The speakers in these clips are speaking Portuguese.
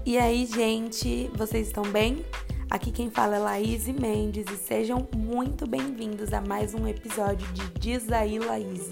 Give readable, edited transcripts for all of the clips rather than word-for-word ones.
E aí, gente, vocês estão bem? Aqui quem fala é Laís Mendes e sejam muito bem-vindos a mais um episódio de Diz aí, Laís.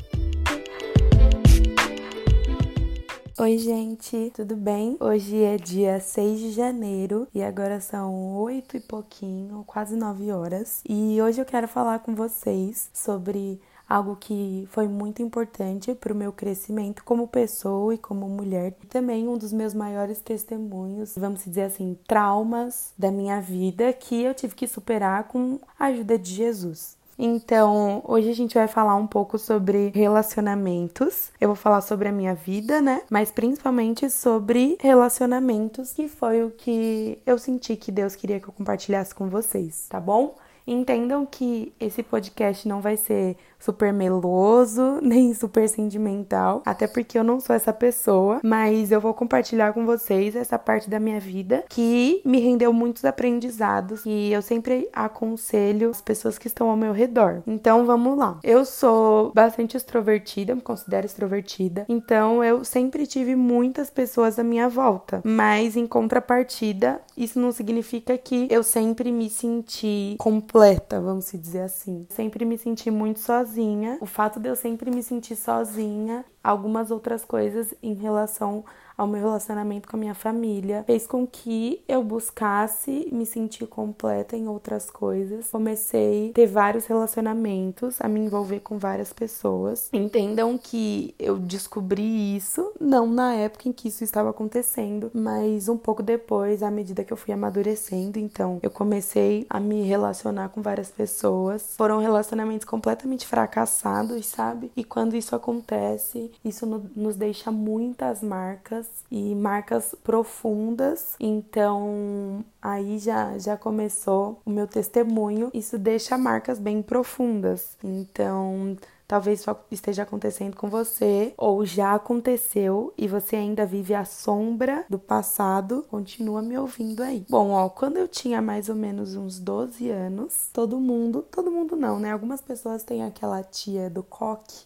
Oi, gente, tudo bem? Hoje é dia 6 de janeiro e agora são 8 e pouquinho, quase 9 horas. E hoje eu quero falar com vocês sobre algo que foi muito importante para o meu crescimento como pessoa e como mulher. E também um dos meus maiores testemunhos, vamos dizer assim, traumas da minha vida que eu tive que superar com a ajuda de Jesus. Então, hoje a gente vai falar um pouco sobre relacionamentos. Eu vou falar sobre a minha vida, né? Mas principalmente sobre relacionamentos, que foi o que eu senti que Deus queria que eu compartilhasse com vocês, tá bom? Entendam que esse podcast não vai ser super meloso, nem super sentimental, até porque eu não sou essa pessoa, mas eu vou compartilhar com vocês essa parte da minha vida que me rendeu muitos aprendizados e eu sempre aconselho as pessoas que estão ao meu redor. Então vamos lá. Eu sou bastante extrovertida, me considero extrovertida, então eu sempre tive muitas pessoas à minha volta, mas em contrapartida, isso não significa que eu sempre me senti completa, vamos dizer assim. Sempre me senti muito sozinha. O fato de eu sempre me sentir sozinha, algumas outras coisas em relação ao meu relacionamento com a minha família, fez com que eu buscasse me sentir completa em outras coisas. Comecei a ter vários relacionamentos, a me envolver com várias pessoas. Entendam que eu descobri isso, não na época em que isso estava acontecendo, mas um pouco depois, à medida que eu fui amadurecendo. Então, eu comecei a me relacionar com várias pessoas. Foram relacionamentos completamente fracassados, sabe? E quando isso acontece, isso nos deixa muitas marcas e marcas profundas. Então, aí já começou o meu testemunho. Isso deixa marcas bem profundas. Então, talvez só esteja acontecendo com você ou já aconteceu e você ainda vive a sombra do passado. Continua me ouvindo aí. Bom, quando eu tinha mais ou menos uns 12 anos, todo mundo não, né? Algumas pessoas têm aquela tia do coque.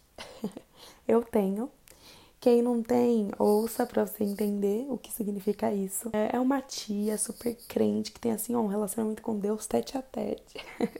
Eu tenho. Quem não tem, ouça pra você entender o que significa isso. É uma tia super crente que tem, assim, um relacionamento com Deus tete a tete.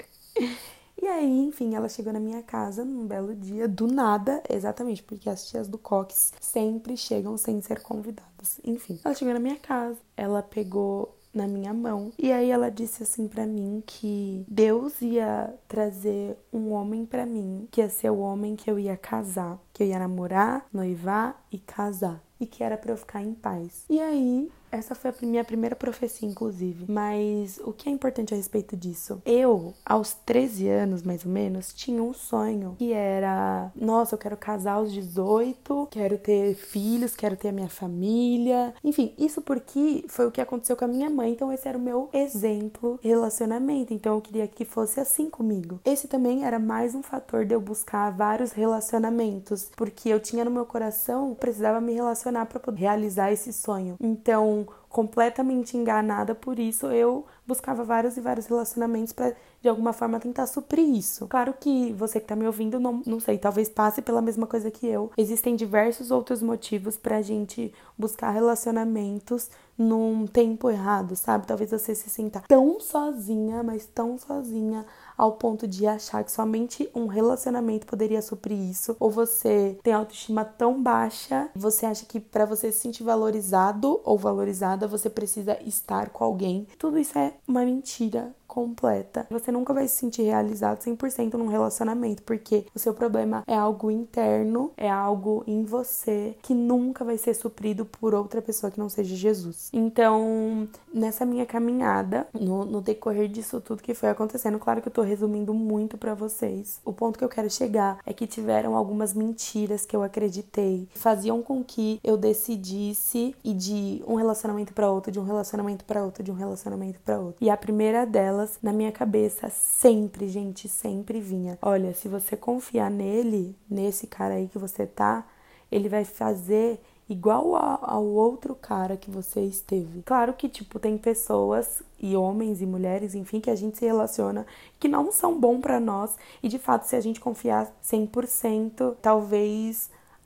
E aí, enfim, ela chegou na minha casa num belo dia, do nada, exatamente, porque as tias do Cox sempre chegam sem ser convidadas. Enfim, ela chegou na minha casa, ela pegou na minha mão. E aí ela disse assim pra mim que Deus ia trazer um homem pra mim, que ia ser o homem que eu ia casar, que eu ia namorar, noivar e casar. E que era pra eu ficar em paz. E aí, essa foi a minha primeira profecia, inclusive. Mas o que é importante a respeito disso? Eu, aos 13 anos, mais ou menos, tinha um sonho que era... Nossa, eu quero casar aos 18, quero ter filhos, quero ter a minha família. Enfim, isso porque foi o que aconteceu com a minha mãe. Então, esse era o meu exemplo de relacionamento. Então, eu queria que fosse assim comigo. Esse também era mais um fator de eu buscar vários relacionamentos. Porque eu tinha no meu coração, precisava me relacionar para poder realizar esse sonho. Então, completamente enganada por isso, eu buscava vários e vários relacionamentos para, de alguma forma, tentar suprir isso. Claro que você que tá me ouvindo, não sei, talvez passe pela mesma coisa que eu. Existem diversos outros motivos pra gente buscar relacionamentos num tempo errado, sabe? Talvez você se sinta tão sozinha, mas tão sozinha, ao ponto de achar que somente um relacionamento poderia suprir isso, ou você tem autoestima tão baixa, você acha que para você se sentir valorizado ou valorizada, você precisa estar com alguém. Tudo isso é uma mentira completa. Você nunca vai se sentir realizado 100% num relacionamento, porque o seu problema é algo interno, é algo em você que nunca vai ser suprido por outra pessoa que não seja Jesus. Então, nessa minha caminhada, no decorrer disso tudo que foi acontecendo, claro que eu tô resumindo muito pra vocês. O ponto que eu quero chegar é que tiveram algumas mentiras que eu acreditei, que faziam com que eu decidisse ir de um relacionamento pra outro, de um relacionamento pra outro, de um relacionamento pra outro. E a primeira delas, na minha cabeça, sempre, gente, sempre vinha: olha, se você confiar nele, nesse cara aí que você tá, ele vai fazer igual ao outro cara que você esteve. Claro que, tem pessoas, e homens e mulheres, enfim, que a gente se relaciona, que não são bons pra nós, e de fato, se a gente confiar 100%, talvez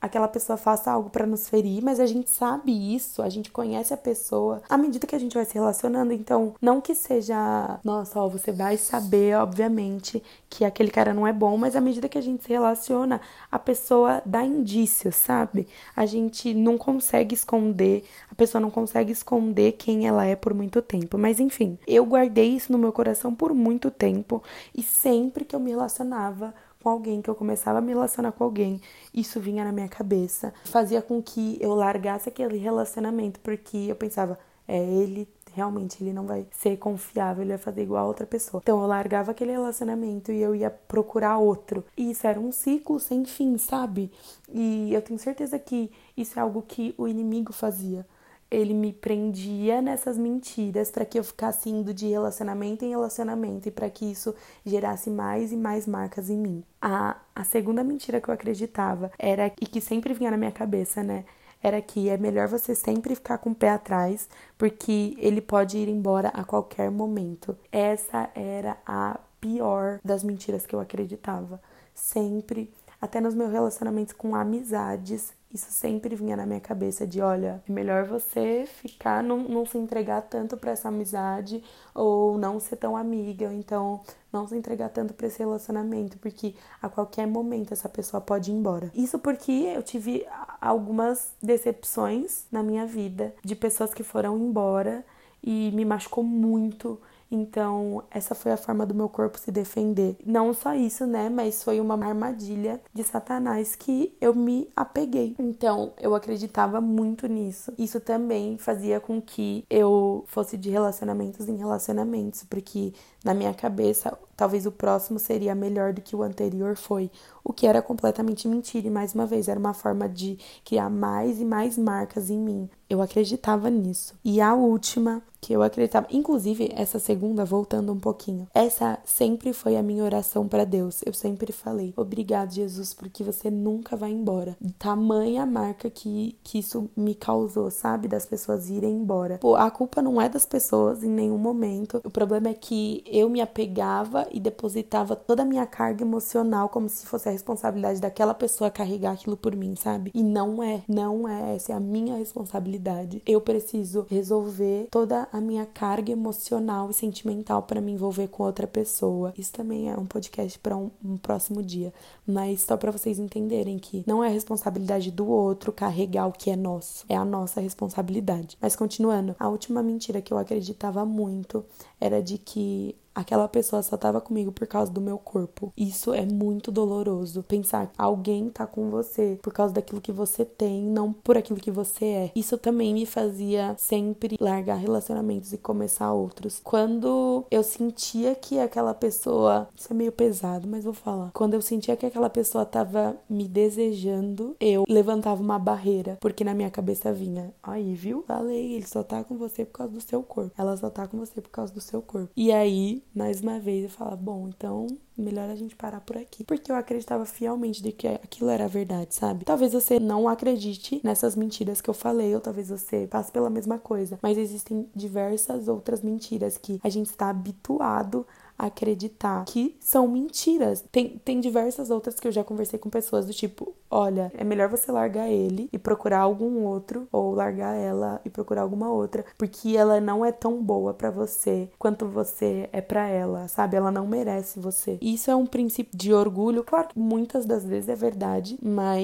aquela pessoa faça algo pra nos ferir, mas a gente sabe isso, a gente conhece a pessoa à medida que a gente vai se relacionando. Então, não que seja, nossa, ó, você vai saber, obviamente, que aquele cara não é bom, mas à medida que a gente se relaciona, a pessoa dá indícios, sabe? A gente não consegue esconder, a pessoa não consegue esconder quem ela é por muito tempo. Mas enfim, eu guardei isso no meu coração por muito tempo e sempre que eu me relacionava com alguém, que eu começava a me relacionar com alguém, isso vinha na minha cabeça, fazia com que eu largasse aquele relacionamento, porque eu pensava, ele realmente ele não vai ser confiável, ele vai fazer igual a outra pessoa. Então eu largava aquele relacionamento e eu ia procurar outro. E isso era um ciclo sem fim, sabe? E eu tenho certeza que isso é algo que o inimigo fazia. Ele me prendia nessas mentiras para que eu ficasse indo de relacionamento em relacionamento e para que isso gerasse mais e mais marcas em mim. A segunda mentira que eu acreditava era, e que sempre vinha na minha cabeça, né? Era que é melhor você sempre ficar com o pé atrás, porque ele pode ir embora a qualquer momento. Essa era a pior das mentiras que eu acreditava. Sempre, até nos meus relacionamentos com amizades, isso sempre vinha na minha cabeça de, olha, é melhor você ficar, não se entregar tanto pra essa amizade ou não ser tão amiga, ou então não se entregar tanto pra esse relacionamento, porque a qualquer momento essa pessoa pode ir embora. Isso porque eu tive algumas decepções na minha vida de pessoas que foram embora e me machucou muito. Então, essa foi a forma do meu corpo se defender. Não só isso, né? Mas foi uma armadilha de Satanás que eu me apeguei. Então, eu acreditava muito nisso. Isso também fazia com que eu fosse de relacionamentos em relacionamentos, porque na minha cabeça, talvez o próximo seria melhor do que o anterior foi. O que era completamente mentira. E mais uma vez, era uma forma de criar mais e mais marcas em mim. Eu acreditava nisso. E a última que eu acreditava, inclusive essa segunda, voltando um pouquinho, essa sempre foi a minha oração pra Deus. Eu sempre falei, obrigado, Jesus, porque você nunca vai embora. Tamanha marca que isso me causou, sabe? Das pessoas irem embora. Pô, a culpa não é das pessoas em nenhum momento. O problema é que eu me apegava e depositava toda a minha carga emocional como se fosse a responsabilidade daquela pessoa carregar aquilo por mim, sabe? E não é. Essa é a minha responsabilidade. Eu preciso resolver toda a minha carga emocional e sentimental para me envolver com outra pessoa. Isso também é um podcast para um próximo dia, mas só para vocês entenderem que não é a responsabilidade do outro carregar o que é nosso, é a nossa responsabilidade. Mas continuando, a última mentira que eu acreditava muito era de que aquela pessoa só tava comigo por causa do meu corpo. Isso é muito doloroso. Pensar que alguém tá com você por causa daquilo que você tem, não por aquilo que você é. Isso também me fazia sempre largar relacionamentos e começar outros. Quando eu sentia que aquela pessoa... Isso é meio pesado, mas vou falar. Quando eu sentia que aquela pessoa tava me desejando, eu levantava uma barreira. Porque na minha cabeça vinha, aí, viu? Falei, ele só tá com você por causa do seu corpo. Ela só tá com você por causa do seu corpo. E aí, mais uma vez, eu falava, bom, então melhor a gente parar por aqui. Porque eu acreditava fielmente de que aquilo era verdade, sabe? Talvez você não acredite nessas mentiras que eu falei, ou talvez você passe pela mesma coisa. Mas existem diversas outras mentiras que a gente está habituado a acreditar que são mentiras. Tem diversas outras que eu já conversei com pessoas do tipo, olha, é melhor você largar ele e procurar algum outro, ou largar ela e procurar alguma outra, porque ela não é tão boa pra você quanto você é pra ela, sabe? Ela não merece você. Isso é um princípio de orgulho, claro que muitas das vezes é verdade,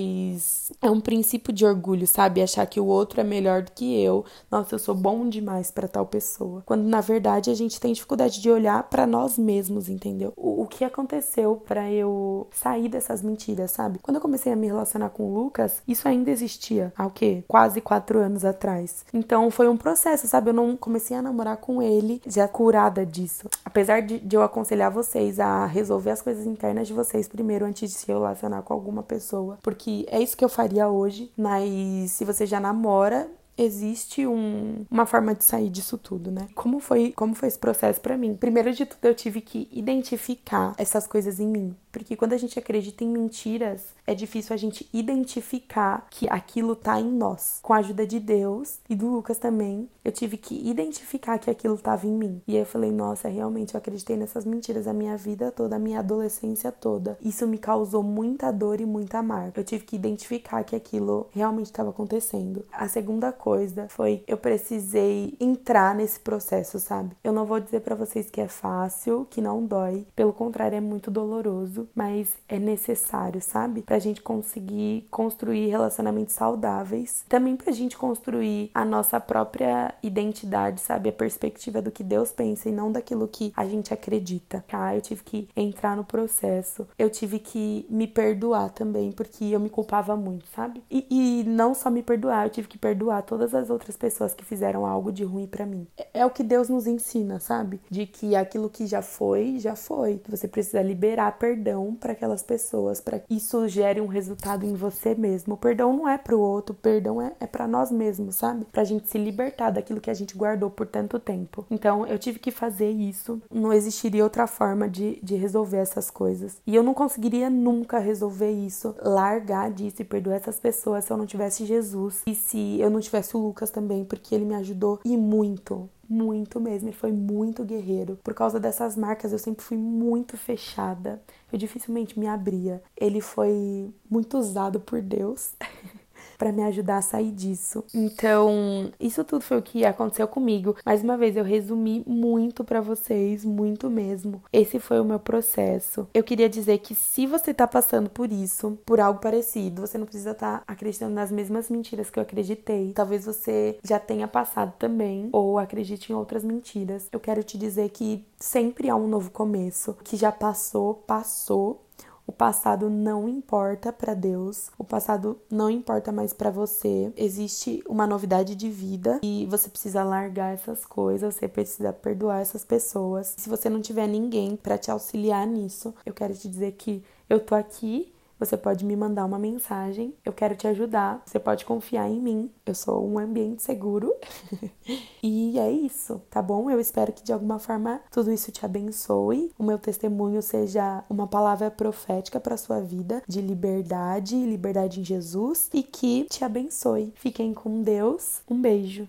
mas é um princípio de orgulho, sabe? Achar que o outro é melhor do que eu. Nossa, eu sou bom demais pra tal pessoa. Quando na verdade a gente tem dificuldade de olhar pra nós mesmos, entendeu? O que aconteceu pra eu sair dessas mentiras, sabe? Quando eu comecei a me relacionar com o Lucas, isso ainda existia há o quê? Quase 4 anos atrás. Então foi um processo, sabe? Eu não comecei a namorar com ele já curada disso. Apesar de eu aconselhar vocês a resolver as coisas internas de vocês primeiro antes de se relacionar com alguma pessoa, porque é isso que eu faria hoje, mas se você já namora, existe uma forma de sair disso tudo, né? Como foi esse processo pra mim? Primeiro de tudo, eu tive que identificar essas coisas em mim. Porque quando a gente acredita em mentiras, é difícil a gente identificar que aquilo tá em nós. Com a ajuda de Deus e do Lucas também, eu tive que identificar que aquilo tava em mim. E aí eu falei, nossa, realmente eu acreditei nessas mentiras a minha vida toda, a minha adolescência toda. Isso me causou muita dor e muita marca. Eu tive que identificar que aquilo realmente estava acontecendo. A segunda coisa foi, eu precisei entrar nesse processo, sabe? Eu não vou dizer pra vocês que é fácil, que não dói. Pelo contrário, é muito doloroso, mas é necessário, sabe? Pra gente conseguir construir relacionamentos saudáveis. Também pra gente construir a nossa própria identidade, sabe? A perspectiva do que Deus pensa e não daquilo que a gente acredita, tá? Eu tive que entrar no processo. Eu tive que me perdoar também, porque eu me culpava muito, sabe? E não só me perdoar, eu tive que perdoar todas as outras pessoas que fizeram algo de ruim pra mim. É o que Deus nos ensina, sabe? De que aquilo que já foi, já foi. Que você precisa liberar perdão pra aquelas pessoas, pra que isso gere um resultado em você mesmo. O perdão não é pro outro, o perdão é pra nós mesmos, sabe? Pra gente se libertar daquilo que a gente guardou por tanto tempo. Então, eu tive que fazer isso. Não existiria outra forma de resolver essas coisas. E eu não conseguiria nunca resolver isso, largar disso e perdoar essas pessoas se eu não tivesse Jesus e se eu não tivesse o Lucas também, porque ele me ajudou e muito mesmo, ele foi muito guerreiro. Por causa dessas marcas eu sempre fui muito fechada, eu dificilmente me abria. Ele foi muito usado por Deus pra me ajudar a sair disso. Então, isso tudo foi o que aconteceu comigo. Mais uma vez, eu resumi muito pra vocês, muito mesmo. Esse foi o meu processo. Eu queria dizer que se você tá passando por isso, por algo parecido, você não precisa estar acreditando nas mesmas mentiras que eu acreditei. Talvez você já tenha passado também, ou acredite em outras mentiras. Eu quero te dizer que sempre há um novo começo. O que já passou, passou. O passado não importa pra Deus, o passado não importa mais pra você. Existe uma novidade de vida e você precisa largar essas coisas, você precisa perdoar essas pessoas. Se você não tiver ninguém pra te auxiliar nisso, eu quero te dizer que eu tô aqui. Você pode me mandar uma mensagem, eu quero te ajudar, você pode confiar em mim, eu sou um ambiente seguro. E é isso, tá bom? Eu espero que de alguma forma tudo isso te abençoe, o meu testemunho seja uma palavra profética para sua vida, de liberdade em Jesus, e que te abençoe. Fiquem com Deus, um beijo.